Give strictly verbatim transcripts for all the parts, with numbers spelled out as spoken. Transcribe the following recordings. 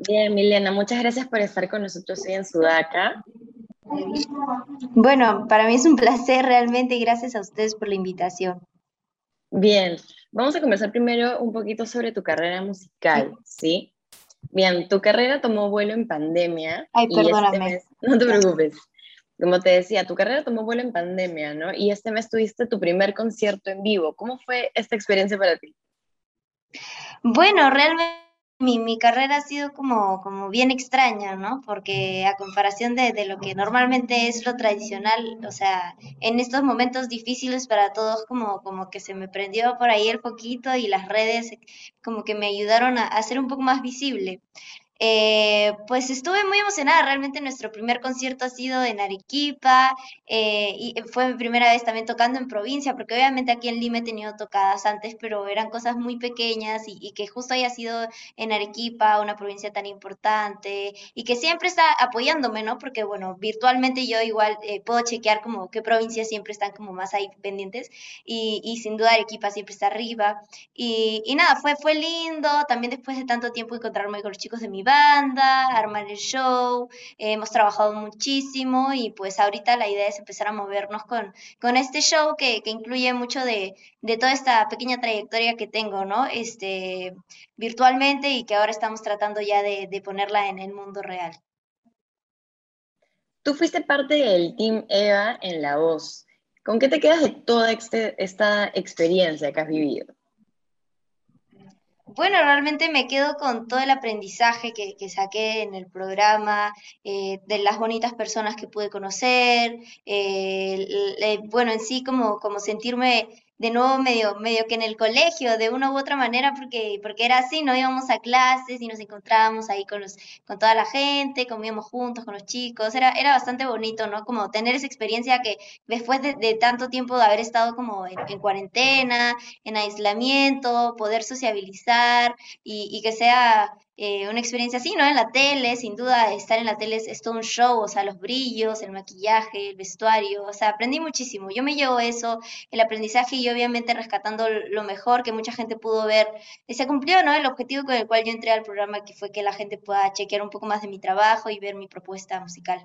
Bien, Milena, muchas gracias por estar con nosotros hoy en Sudaca. Bueno, para mí es un placer realmente y gracias a ustedes por la invitación. Bien, vamos a conversar primero un poquito sobre tu carrera musical, ¿sí? Bien, tu carrera tomó vuelo en pandemia Ay, y este perdóname. mes, no te Ya. preocupes, como te decía, tu carrera tomó vuelo en pandemia, ¿no? Y este mes tuviste tu primer concierto en vivo. ¿Cómo fue esta experiencia para ti? Bueno, realmente mi, mi carrera ha sido como, como bien extraña, ¿no? Porque a comparación de, de lo que normalmente es lo tradicional, o sea, en estos momentos difíciles para todos, como, como que se me prendió por ahí el poquito y las redes como que me ayudaron a, a ser un poco más visible. Eh, pues estuve muy emocionada, realmente nuestro primer concierto ha sido en Arequipa eh, y fue mi primera vez también tocando en provincia, porque obviamente aquí en Lima he tenido tocadas antes, pero eran cosas muy pequeñas y, y que justo haya sido en Arequipa, una provincia tan importante y que siempre está apoyándome, ¿no? Porque bueno, virtualmente yo igual eh, puedo chequear como qué provincias siempre están como más ahí pendientes y, y sin duda Arequipa siempre está arriba. Y, y nada, fue, fue lindo, también después de tanto tiempo encontrarme con los chicos de mi banda, armar el show, eh, hemos trabajado muchísimo y pues ahorita la idea es empezar a movernos con, con este show que, que incluye mucho de, de toda esta pequeña trayectoria que tengo, ¿no? Este, virtualmente y que ahora estamos tratando ya de, de ponerla en el mundo real. Tú fuiste parte del Team Eva en La Voz. ¿Con qué te quedas de toda este- esta experiencia que has vivido? Bueno, realmente me quedo con todo el aprendizaje que, que saqué en el programa, eh, de las bonitas personas que pude conocer, eh, el- el- bueno, en sí como, como sentirme de nuevo medio, medio que en el colegio, de una u otra manera, porque, porque era así, no íbamos a clases y nos encontrábamos ahí con los, con toda la gente, comíamos juntos con los chicos, era, era bastante bonito, ¿no? Como tener esa experiencia que después de, de tanto tiempo de haber estado como en en cuarentena, en aislamiento, poder sociabilizar y, y que sea eh, una experiencia así, ¿no? En la tele, sin duda, estar en la tele es, es todo un show, o sea, los brillos, el maquillaje, el vestuario, o sea, aprendí muchísimo. Yo me llevo eso, el aprendizaje y obviamente rescatando lo mejor que mucha gente pudo ver. Y se cumplió, ¿no? El objetivo con el cual yo entré al programa, que fue que la gente pueda chequear un poco más de mi trabajo y ver mi propuesta musical.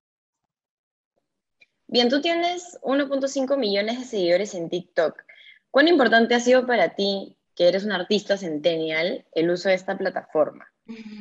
Bien, tú tienes uno punto cinco millones de seguidores en TikTok. ¿Cuán importante ha sido para ti, que eres un artista centennial, el uso de esta plataforma?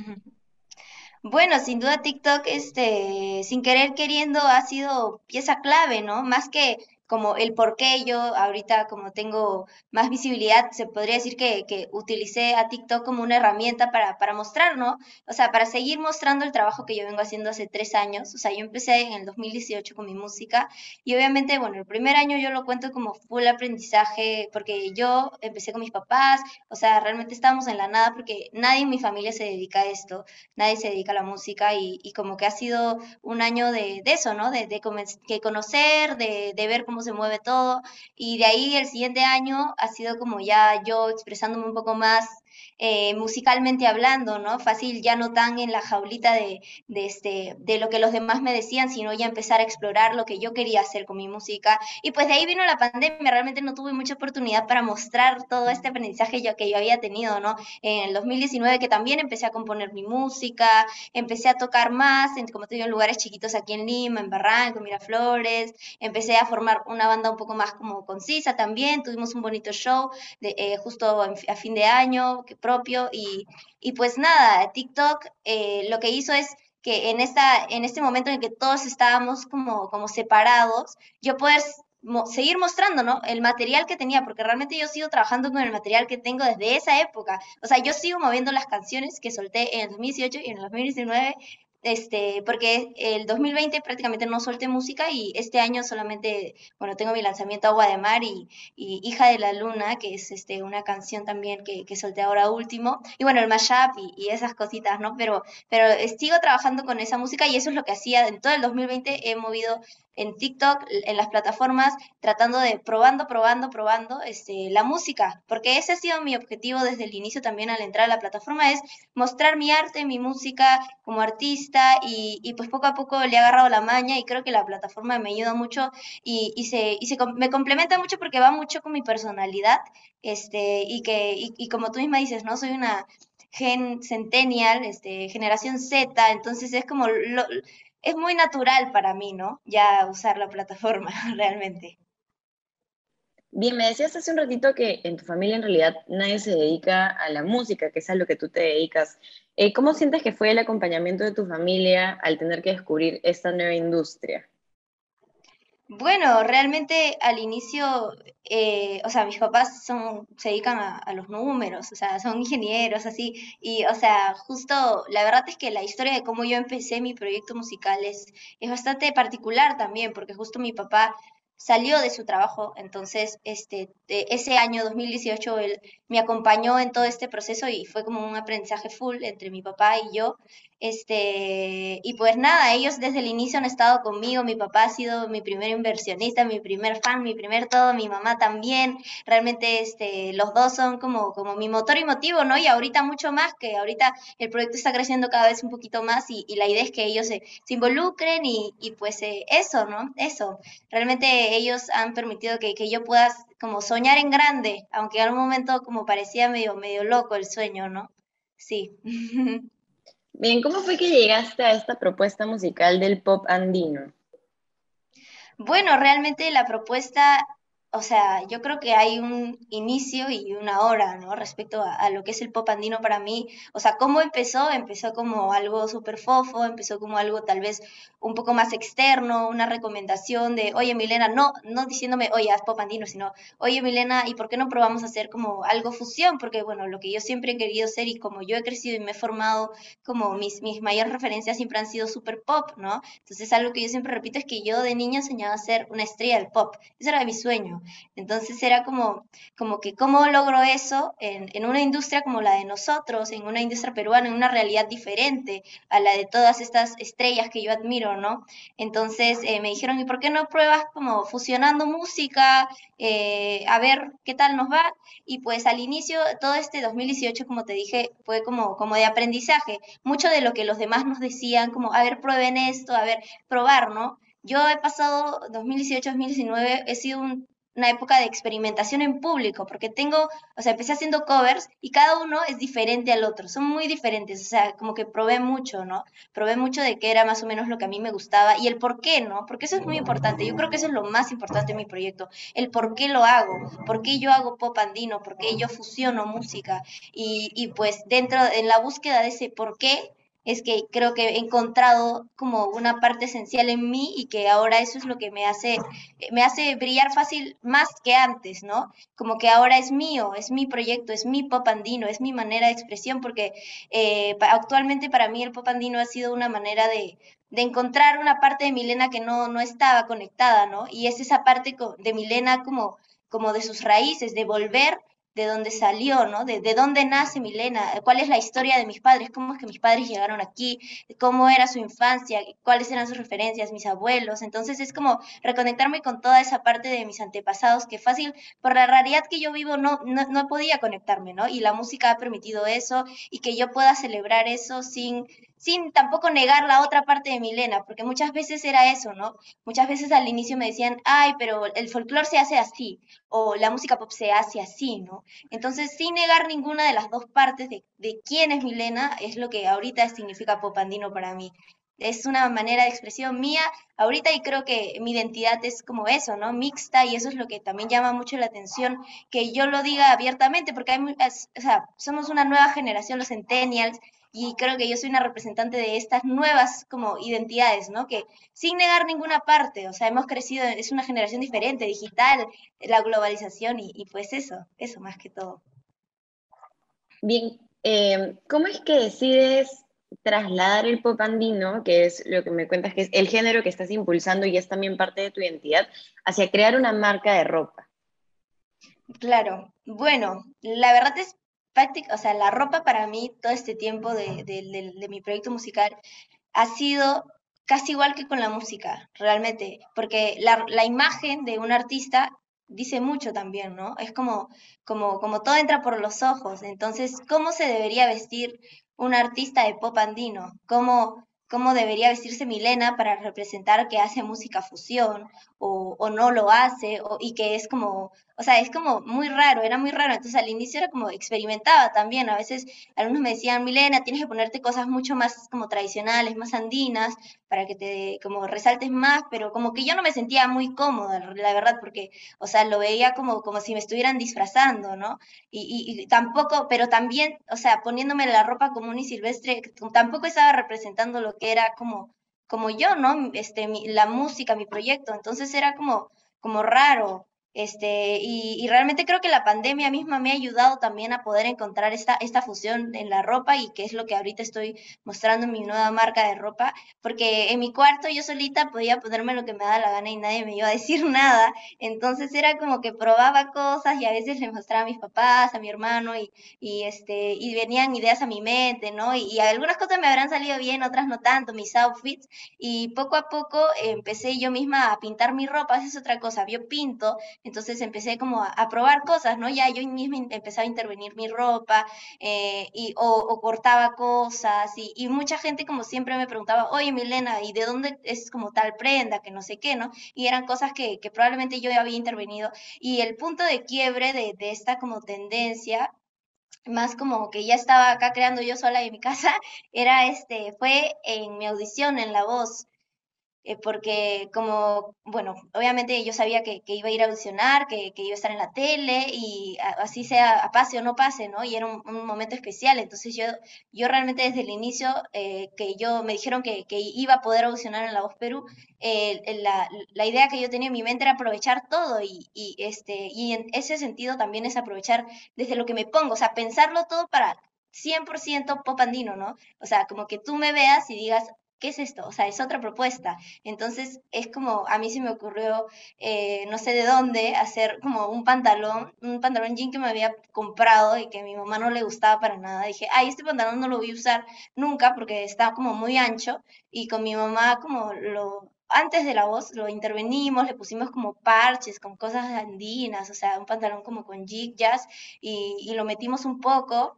Bueno, sin duda TikTok, este, sin querer queriendo, ha sido pieza clave, ¿no? Más que como el por qué yo ahorita como tengo más visibilidad, se podría decir que, que utilicé a TikTok como una herramienta para, para mostrar, ¿no? O sea, para seguir mostrando el trabajo que yo vengo haciendo hace tres años. O sea, yo empecé en el dos mil dieciocho con mi música y obviamente, bueno, el primer año yo lo cuento como full aprendizaje porque yo empecé con mis papás, o sea, realmente estábamos en la nada porque nadie en mi familia se dedica a esto, nadie se dedica a la música y, y como que ha sido un año de, de eso, ¿no? De, de que conocer, de, de ver cómo se mueve todo y de ahí el siguiente año ha sido como ya yo expresándome un poco más eh, musicalmente hablando, ¿no? Fácil, ya no tan en la jaulita de, de, este, de lo que los demás me decían, sino ya empezar a explorar lo que yo quería hacer con mi música. Y pues de ahí vino la pandemia, realmente no tuve mucha oportunidad para mostrar todo este aprendizaje yo, que yo había tenido, ¿no? En el dos mil diecinueve que también empecé a componer mi música, empecé a tocar más, en, como te digo, en lugares chiquitos aquí en Lima, en Barranco, en Miraflores, empecé a formar una banda un poco más como concisa también, tuvimos un bonito show de, eh, justo a fin de año que propio y, y pues nada, TikTok eh, lo que hizo es que en, esta, en este momento en el que todos estábamos como, como separados, yo poder mo seguir mostrando, ¿no? El material que tenía, porque realmente yo sigo trabajando con el material que tengo desde esa época. O sea, yo sigo moviendo las canciones que solté en el dos mil dieciocho y en el dos mil diecinueve, este, porque el dos mil veinte prácticamente no solté música y este año solamente, bueno, tengo mi lanzamiento Agua de Mar y, y Hija de la Luna, que es este, una canción también que, que solté ahora último, y bueno, el mashup y, y esas cositas, ¿no? Pero, pero eh, sigo trabajando con esa música y eso es lo que hacía en todo el dos mil veinte, he movido en TikTok, en las plataformas, tratando de probando, probando, probando este, la música, porque ese ha sido mi objetivo desde el inicio también al entrar a la plataforma, es mostrar mi arte, mi música como artista y, y pues poco a poco le he agarrado la maña y creo que la plataforma me ayuda mucho y, y se, y se me complementa mucho porque va mucho con mi personalidad, este, y que, y, y como tú misma dices, ¿no? Soy una gen centennial, este, generación Z, entonces es como, lo, es muy natural para mí, ¿no? Ya usar la plataforma, realmente. Bien, me decías hace un ratito que en tu familia en realidad nadie se dedica a la música, que es a lo que tú te dedicas. Eh, ¿cómo sientes que fue el acompañamiento de tu familia al tener que descubrir esta nueva industria? Bueno, realmente al inicio, eh, o sea, mis papás son, se dedican a, a los números, o sea, son ingenieros, así, y, o sea, justo, la verdad es que la historia de cómo yo empecé mi proyecto musical es, es bastante particular también, porque justo mi papá salió de su trabajo, entonces, este, de ese año dos mil dieciocho, él me acompañó en todo este proceso y fue como un aprendizaje full entre mi papá y yo. Este, y pues nada, ellos desde el inicio han estado conmigo, mi papá ha sido mi primer inversionista, mi primer fan, mi primer todo, mi mamá también, realmente este, los dos son como, como mi motor y motivo, ¿no? Y ahorita mucho más, que ahorita el proyecto está creciendo cada vez un poquito más y, y la idea es que ellos se, se involucren y, y pues eh, eso, ¿no? Eso, realmente ellos han permitido que, que yo pueda como soñar en grande, aunque en algún momento como parecía medio, medio loco el sueño, ¿no? Sí. Bien, ¿cómo fue que llegaste a esta propuesta musical del pop andino? Bueno, realmente la propuesta, o sea, yo creo que hay un inicio y una hora, ¿no? Respecto a, a lo que es el pop andino para mí. O sea, ¿cómo empezó? Empezó como algo súper fofo, empezó como algo tal vez un poco más externo, una recomendación de, oye, Milena, no, no diciéndome, oye, haz pop andino, sino, oye, Milena, ¿y por qué no probamos a hacer como algo fusión? Porque, bueno, lo que yo siempre he querido ser y como yo he crecido y me he formado, como mis, mis mayores referencias siempre han sido súper pop, ¿no? Entonces, algo que yo siempre repito es que yo de niña soñaba ser una estrella del pop. Ese era mi sueño. Entonces, era como, como que, ¿cómo logro eso en, en una industria como la de nosotros, en una industria peruana, en una realidad diferente a la de todas estas estrellas que yo admiro, ¿no? Entonces, eh, me dijeron, ¿y por qué no pruebas como fusionando música? Eh, a ver qué tal nos va. Y pues al inicio, todo este dos mil dieciocho, como te dije, fue como, como de aprendizaje. Mucho de lo que los demás nos decían, como, a ver, prueben esto, a ver, probar, ¿no? Yo he pasado dos mil dieciocho, dos mil diecinueve, he sido un- una época de experimentación en público, porque tengo, o sea, empecé haciendo covers y cada uno es diferente al otro, son muy diferentes, o sea, como que probé mucho, ¿no? Probé mucho de qué era más o menos lo que a mí me gustaba y el por qué, ¿no? Porque eso es muy importante, yo creo que eso es lo más importante en mi proyecto, el por qué lo hago, por qué yo hago pop andino, por qué yo fusiono música y, y pues dentro, en la búsqueda de ese por qué, es que creo que he encontrado como una parte esencial en mí y que ahora eso es lo que me hace, me hace brillar fácil más que antes, ¿no? Como que ahora es mío, es mi proyecto, es mi pop andino, es mi manera de expresión, porque eh, pa- actualmente para mí el pop andino ha sido una manera de, de encontrar una parte de Milena que no, no estaba conectada, ¿no? Y es esa parte co- de Milena como, como de sus raíces, de volver de dónde salió, ¿no? De, de dónde nace Milena, cuál es la historia de mis padres, cómo es que mis padres llegaron aquí, cómo era su infancia, cuáles eran sus referencias, mis abuelos. Entonces es como reconectarme con toda esa parte de mis antepasados que fácil, por la realidad que yo vivo, no, no, no podía conectarme, ¿no? Y la música ha permitido eso y que yo pueda celebrar eso sin, sin tampoco negar la otra parte de Milena, porque muchas veces era eso, ¿no? Muchas veces al inicio me decían, ay, pero el folclore se hace así, o la música pop se hace así, ¿no? Entonces, sin negar ninguna de las dos partes de, de quién es Milena, es lo que ahorita significa pop andino para mí. Es una manera de expresión mía ahorita y creo que mi identidad es como eso, ¿no? Mixta y eso es lo que también llama mucho la atención, que yo lo diga abiertamente, porque hay, muchas- o sea, somos una nueva generación, los centennials, y creo que yo soy una representante de estas nuevas como identidades, ¿no? Que sin negar ninguna parte, o sea, hemos crecido, es una generación diferente, digital, la globalización y, y pues eso, eso más que todo. Bien, eh, ¿cómo es que decides trasladar el pop andino, que es lo que me cuentas que es el género que estás impulsando y es también parte de tu identidad, hacia crear una marca de ropa? Claro, bueno, la verdad es práctica, o sea, la ropa para mí todo este tiempo de, de, de, de mi proyecto musical ha sido casi igual que con la música, realmente, porque la, la imagen de un artista dice mucho también, ¿no? Es como, como, como todo entra por los ojos, entonces, ¿cómo se debería vestir un artista de pop andino? ¿Cómo, cómo debería vestirse Milena para representar que hace música fusión o, o no lo hace, o, y que es como, o sea, es como muy raro, era muy raro. Entonces al inicio era como experimentaba también. A veces algunos me decían, Milena, tienes que ponerte cosas mucho más como tradicionales, más andinas, para que te como resaltes más, pero como que yo no me sentía muy cómoda, la verdad, porque, o sea, lo veía como, como si me estuvieran disfrazando, ¿no? Y, y, y tampoco, pero también, o sea, poniéndome la ropa común y silvestre, tampoco estaba representando lo que era como, como yo, ¿no? Este, mi- la música, mi proyecto, entonces era como, como raro. Este, y, y realmente creo que la pandemia misma me ha ayudado también a poder encontrar esta, esta fusión en la ropa y que es lo que ahorita estoy mostrando en mi nueva marca de ropa, porque en mi cuarto yo solita podía ponerme lo que me daba la gana y nadie me iba a decir nada, entonces era como que probaba cosas y a veces les mostraba a mis papás, a mi hermano y, y, este, y venían ideas a mi mente, ¿no? Y, y algunas cosas me habrán salido bien, otras no tanto, mis outfits, y poco a poco eh, empecé yo misma a pintar mi ropa, esa es otra cosa, yo pinto, entonces empecé como a, a probar cosas, ¿no? Ya yo misma in- empezaba a intervenir mi ropa, eh, y, o, o cortaba cosas, y, y mucha gente como siempre me preguntaba, oye Milena, ¿y de dónde es como tal prenda? Que no sé qué, ¿no? Y eran cosas que, que probablemente yo ya había intervenido. Y el punto de quiebre de, de esta como tendencia, más como que ya estaba acá creando yo sola en mi casa, era este, fue en mi audición en La Voz, eh, porque como, bueno, obviamente yo sabía que, que iba a ir a audicionar, que, que iba a estar en la tele y a- así sea, a pase o no pase, ¿no? Y era un, un momento especial, entonces yo, yo realmente desde el inicio, eh, que yo me dijeron que, que iba a poder audicionar en La Voz Perú, eh, la, la idea que yo tenía en mi mente era aprovechar todo y, y, este, y en ese sentido también es aprovechar desde lo que me pongo, o sea, pensarlo todo para cien por ciento pop andino, ¿no? O sea, como que tú me veas y digas, ¿qué es esto? O sea, es otra propuesta. Entonces es como, a mí se me ocurrió, eh, no sé de dónde, hacer como un pantalón, un pantalón jean que me había comprado y que a mi mamá no le gustaba para nada. Dije, ay, este pantalón no lo voy a usar nunca porque está como muy ancho y con mi mamá como lo... Antes de La Voz lo intervenimos, le pusimos como parches con cosas andinas, o sea, un pantalón como con jig jazz y, y lo metimos un poco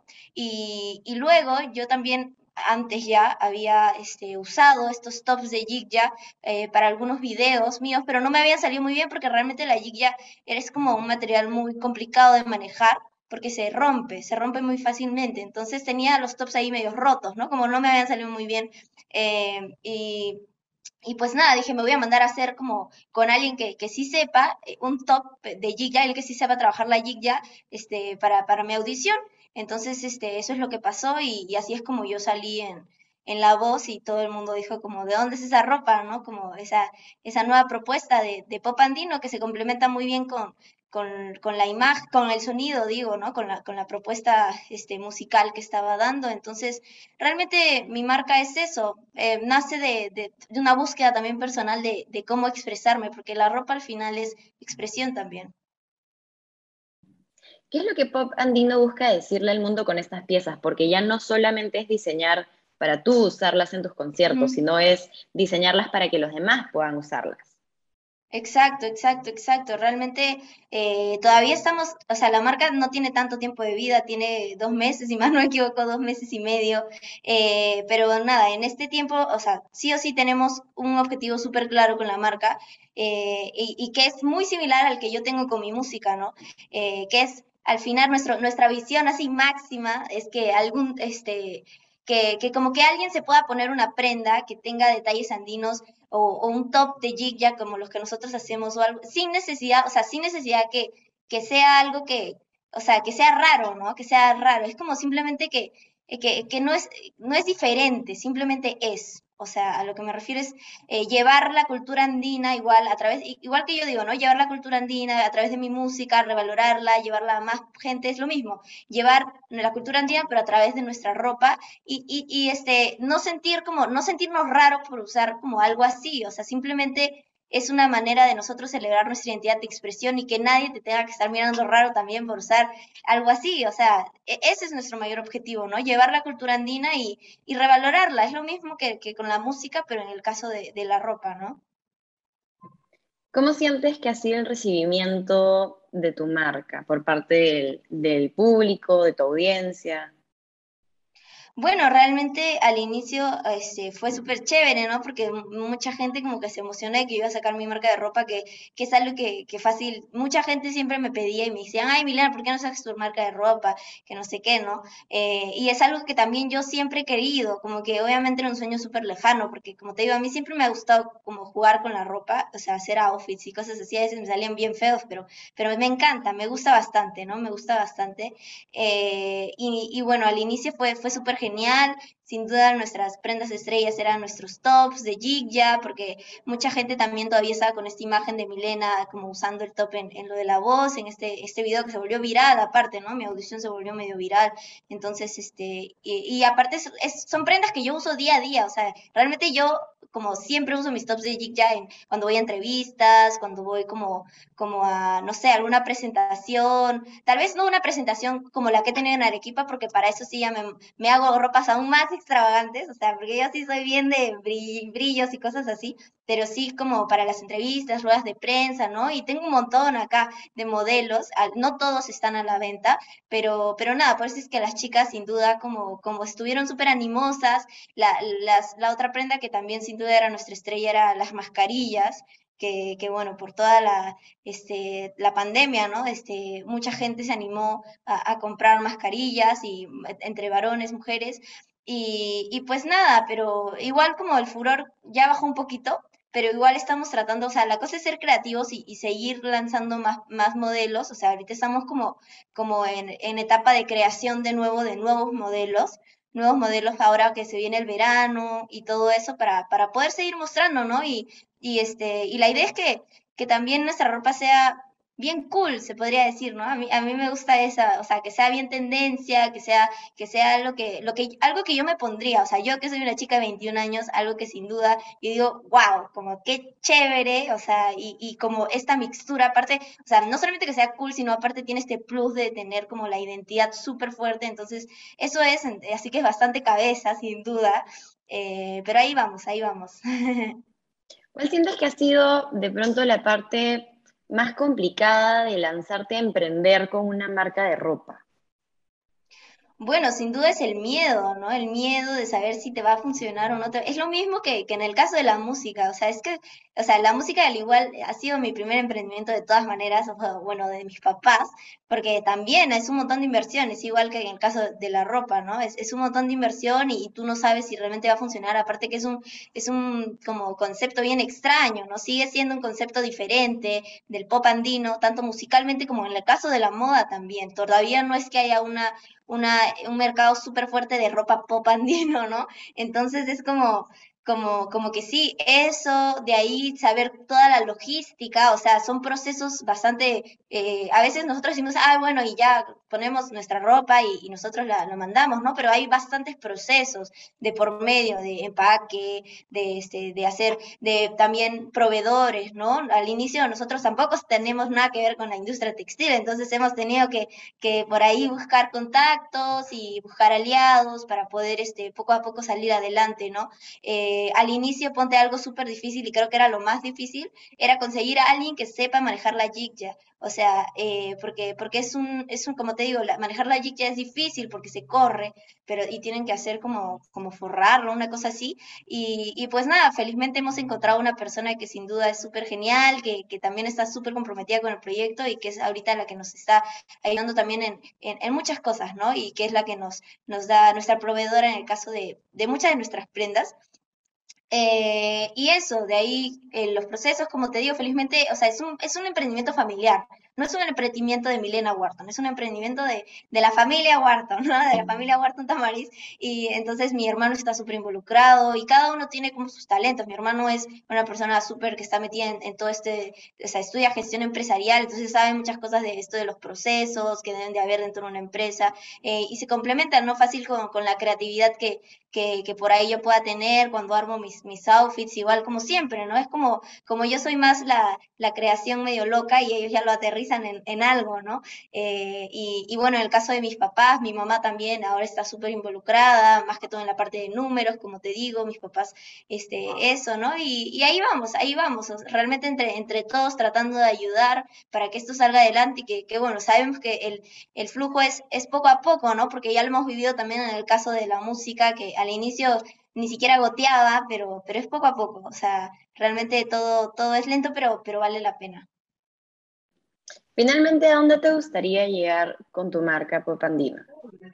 y, y luego yo también antes ya había este, usado estos tops de Jigya eh, para algunos videos míos, pero no me habían salido muy bien porque realmente la Jigya es como un material muy complicado de manejar porque se rompe, se rompe muy fácilmente. Entonces tenía los tops ahí medio rotos, ¿no? Como no me habían salido muy bien. Eh, y, y pues nada, dije, me voy a mandar a hacer como con alguien que, que sí sepa, eh, un top de Jigya, el que sí sepa trabajar la Jigya, este, para, para mi audición. Entonces, este, eso es lo que pasó y, y así es como yo salí en, en La Voz y todo el mundo dijo como, ¿de dónde es esa ropa? ¿No? Como esa, esa nueva propuesta de, de pop andino que se complementa muy bien con, con, con la imagen, con el sonido, digo, ¿no? Con la, con la propuesta este, musical que estaba dando. Entonces, realmente mi marca es eso, eh, nace de, de, de una búsqueda también personal de, de cómo expresarme, porque la ropa al final es expresión también. ¿Qué es lo que Pop Andino busca decirle al mundo con estas piezas? Porque ya no solamente es diseñar para tú usarlas en tus conciertos, Ujú. sino es diseñarlas para que los demás puedan usarlas. Exacto, exacto, exacto. Realmente eh, todavía estamos, o sea, la marca no tiene tanto tiempo de vida, tiene dos meses, si más no me equivoco, dos meses y medio. Eh, pero nada, en este tiempo, o sea, sí o sí tenemos un objetivo súper claro con la marca eh, y, y que es muy similar al que yo tengo con mi música, ¿no? Eh, que es al final nuestro, nuestra visión así máxima es que algún, este, que, que como que alguien se pueda poner una prenda que tenga detalles andinos o, o un top de jig ya como los que nosotros hacemos o algo, sin necesidad, o sea, sin necesidad que, que sea algo que, o sea, que sea raro, ¿no? Que sea raro. Es como simplemente que, eh, que, que no es, no es diferente, simplemente es. O sea, a lo que me refiero es eh, llevar la cultura andina igual a través, igual que yo digo, ¿no? Llevar la cultura andina a través de mi música, revalorarla, llevarla a más gente, es lo mismo. Llevar la cultura andina, pero a través de nuestra ropa y, y, y este, no sentir como, no sentirnos raros por usar como algo así, o sea, simplemente es una manera de nosotros celebrar nuestra identidad de expresión y que nadie te tenga que estar mirando raro también por usar algo así, o sea, e- ese es nuestro mayor objetivo, ¿no? Llevar la cultura andina y, y revalorarla, es lo mismo que, que con la música, pero en el caso de, de la ropa, ¿no? ¿Cómo sientes que ha sido el recibimiento de tu marca por parte del, del público, de tu audiencia? Bueno, realmente al inicio este, fue súper chévere, ¿no? Porque m- mucha gente como que se emocionó de que iba a sacar mi marca de ropa, que, que es algo que, que fácil, mucha gente siempre me pedía y me decían, ay, Milena, ¿por qué no sacas tu marca de ropa? Que no sé qué, ¿no? Eh, y es algo que también yo siempre he querido, como que obviamente era un sueño súper lejano, porque como te digo, a mí siempre me ha gustado como jugar con la ropa, o sea, hacer outfits y cosas así, a veces me salían bien feos, pero, pero me encanta, me gusta bastante, ¿no? Me gusta bastante. Eh, y, y bueno, al inicio fue, fue súper genial. Sin duda nuestras prendas estrellas eran nuestros tops de Jigya, porque mucha gente también todavía estaba con esta imagen de Milena como usando el top en, en lo de la voz, en este, este video que se volvió viral aparte, ¿no? Mi audición se volvió medio viral. Entonces, este, y, y aparte es- es- son prendas que yo uso día a día, o sea, realmente yo como siempre uso mis tops de Jigya en, cuando voy a entrevistas, cuando voy como, como a, no sé, alguna presentación, tal vez no una presentación como la que he tenido en Arequipa, porque para eso sí ya me, me hago ropas aún más extravagantes, o sea, porque yo sí soy bien de brill- brillos y cosas así, pero sí como para las entrevistas, ruedas de prensa, ¿no? Y tengo un montón acá de modelos, al- no todos están a la venta, pero, pero nada, por eso es que las chicas sin duda como, como estuvieron súper animosas, la, las, la otra prenda que también sin duda era nuestra estrella era las mascarillas, que, que bueno, por toda la, este, la pandemia, ¿no? Este, mucha gente se animó a, a comprar mascarillas y entre varones, mujeres, y, y pues nada, pero igual como el furor ya bajó un poquito, pero igual estamos tratando, o sea, la cosa es ser creativos y, y seguir lanzando más, más modelos, o sea, ahorita estamos como, como en, en etapa de creación de nuevo, de nuevos modelos, nuevos modelos ahora que se viene el verano y todo eso para, para poder seguir mostrando, ¿no? Y, y, este, y la idea es que, que también nuestra ropa sea bien cool, se podría decir, ¿no? A mí, a mí me gusta esa, o sea, que sea bien tendencia, que sea, que sea lo que, lo que, algo que yo me pondría, o sea, yo que soy una chica de veintiún años, algo que sin duda, yo digo, wow, como qué chévere, o sea, y, y como esta mixtura, aparte, o sea, no solamente que sea cool, sino aparte tiene este plus de tener como la identidad súper fuerte, entonces, eso es, así que es bastante cabeza, sin duda, eh, pero ahí vamos, ahí vamos. ¿Cuál sientes que ha sido de pronto la parte más complicada de lanzarte a emprender con una marca de ropa? Bueno, sin duda es el miedo, ¿no? El miedo de saber si te va a funcionar o no te... Es lo mismo que, que en el caso de la música, o sea, es que, o sea, la música al igual ha sido mi primer emprendimiento de todas maneras, o sea, bueno, de mis papás, porque también es un montón de inversiones, igual que en el caso de la ropa, ¿no? Es, es un montón de inversión y, y tú no sabes si realmente va a funcionar, aparte que es un, es un como concepto bien extraño, ¿no? Sigue siendo un concepto diferente del pop andino, tanto musicalmente como en el caso de la moda también. Todavía no es que haya una una, un mercado súper fuerte de ropa pop andino, ¿no? Entonces es como, como, como que sí, eso, de ahí saber toda la logística, o sea, son procesos bastante, eh, a veces nosotros decimos, ah, bueno, y ya ponemos nuestra ropa y, y nosotros la, la, mandamos, ¿no? Pero hay bastantes procesos de por medio, de empaque, de, este, de hacer, de también proveedores, ¿no? Al inicio nosotros tampoco tenemos nada que ver con la industria textil, entonces hemos tenido que que por ahí buscar contactos y buscar aliados para poder este, poco a poco salir adelante, ¿no? Eh, al inicio ponte algo súper difícil y creo que era lo más difícil, era conseguir a alguien que sepa manejar la jigya, o sea, eh, porque, porque es un, es un, como te digo, la, manejar la jigya es difícil porque se corre, pero y tienen que hacer como, como forrarlo, una cosa así, y, y pues nada, felizmente hemos encontrado una persona que sin duda es súper genial, que, que también está súper comprometida con el proyecto y que es ahorita la que nos está ayudando también en, en, en, muchas cosas, ¿no? Y que es la que nos, nos da nuestra proveedora en el caso de, de muchas de nuestras prendas. Eh, y eso, de ahí eh, los procesos, como te digo, felizmente, o sea, es un, es un emprendimiento familiar, no es un emprendimiento de Milena Wharton, es un emprendimiento de, de la familia Wharton, ¿no? De la familia Wharton Tamariz, y entonces mi hermano está súper involucrado y cada uno tiene como sus talentos. Mi hermano es una persona súper que está metida en, en todo este, o sea, estudia gestión empresarial, entonces sabe muchas cosas de esto de los procesos que deben de haber dentro de una empresa, eh, y se complementan, ¿no? Fácil con, con la creatividad que, que, que por ahí yo pueda tener cuando armo mis, mis outfits, igual como siempre, ¿no? Es como, como yo soy más la, la creación medio loca y ellos ya lo aterrizan en, en algo, ¿no? Eh, y, y bueno, en el caso de mis papás, mi mamá también ahora está súper involucrada, más que todo en la parte de números, como te digo, mis papás, este, eso, ¿no? Y, y ahí vamos, ahí vamos, o sea, realmente entre, entre todos tratando de ayudar para que esto salga adelante y que, que bueno, sabemos que el, el flujo es, es poco a poco, ¿no? Porque ya lo hemos vivido también en el caso de la música, que al inicio ni siquiera goteaba, pero, pero es poco a poco, o sea, realmente todo, todo es lento, pero, pero vale la pena. Finalmente, ¿a dónde te gustaría llegar con tu marca Pop Andino?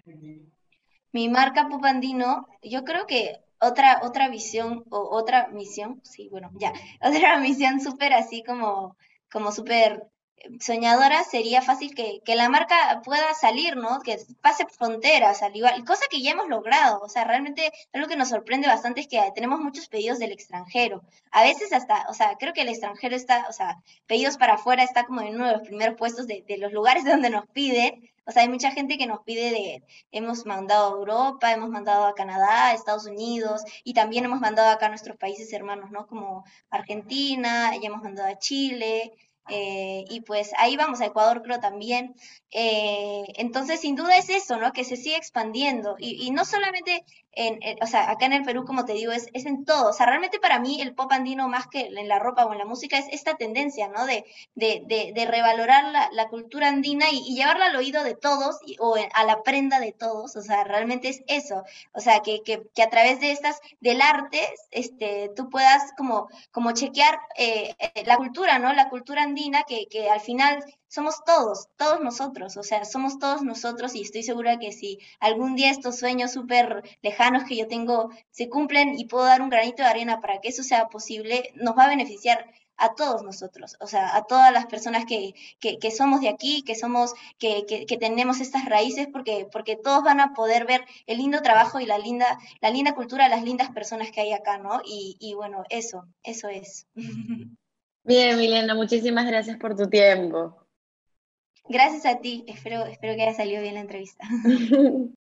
Mi marca Pupandino, yo creo que otra, otra visión o otra misión, sí, bueno, ya, otra misión súper así como, como súper eh, soñadora sería fácil que, que la marca pueda salir, ¿no? Que pase fronteras, al igual, cosa que ya hemos logrado, o sea, realmente algo que nos sorprende bastante es que tenemos muchos pedidos del extranjero, a veces hasta, o sea, creo que el extranjero está, o sea, pedidos para afuera está como en uno de los primeros puestos de, de los lugares donde nos piden, o sea, hay mucha gente que nos pide de, hemos mandado a Europa, hemos mandado a Canadá, a Estados Unidos y también hemos mandado acá a nuestros países hermanos, ¿no? Como Argentina, ya hemos mandado a Chile. Eh, y pues ahí vamos, a Ecuador creo también. Eh, entonces, sin duda es eso, ¿no? Que se sigue expandiendo. Y, y no solamente en, en, o sea, acá en el Perú, como te digo, es, es en todo. O sea, realmente para mí el pop andino, más que en la ropa o en la música, es esta tendencia, ¿no? De, de, de, de revalorar la, la, cultura andina y, y, llevarla al oído de todos y, o a la prenda de todos, o sea, realmente es eso, o sea, que, que, que a través de estas, del arte, este, tú puedas como, como chequear eh, la cultura, ¿no? La cultura andina que, que al final somos todos, todos nosotros, o sea, somos todos nosotros y estoy segura que si algún día estos sueños súper lejanos que yo tengo se cumplen y puedo dar un granito de arena para que eso sea posible, nos va a beneficiar a todos nosotros, o sea, a todas las personas que, que, que somos de aquí, que somos, que, que, que, tenemos estas raíces, porque, porque todos van a poder ver el lindo trabajo y la linda, la linda cultura, las lindas personas que hay acá, ¿no? Y, y bueno, eso, eso es. Bien, Milena, muchísimas gracias por tu tiempo. Gracias a ti, espero, espero que haya salido bien la entrevista.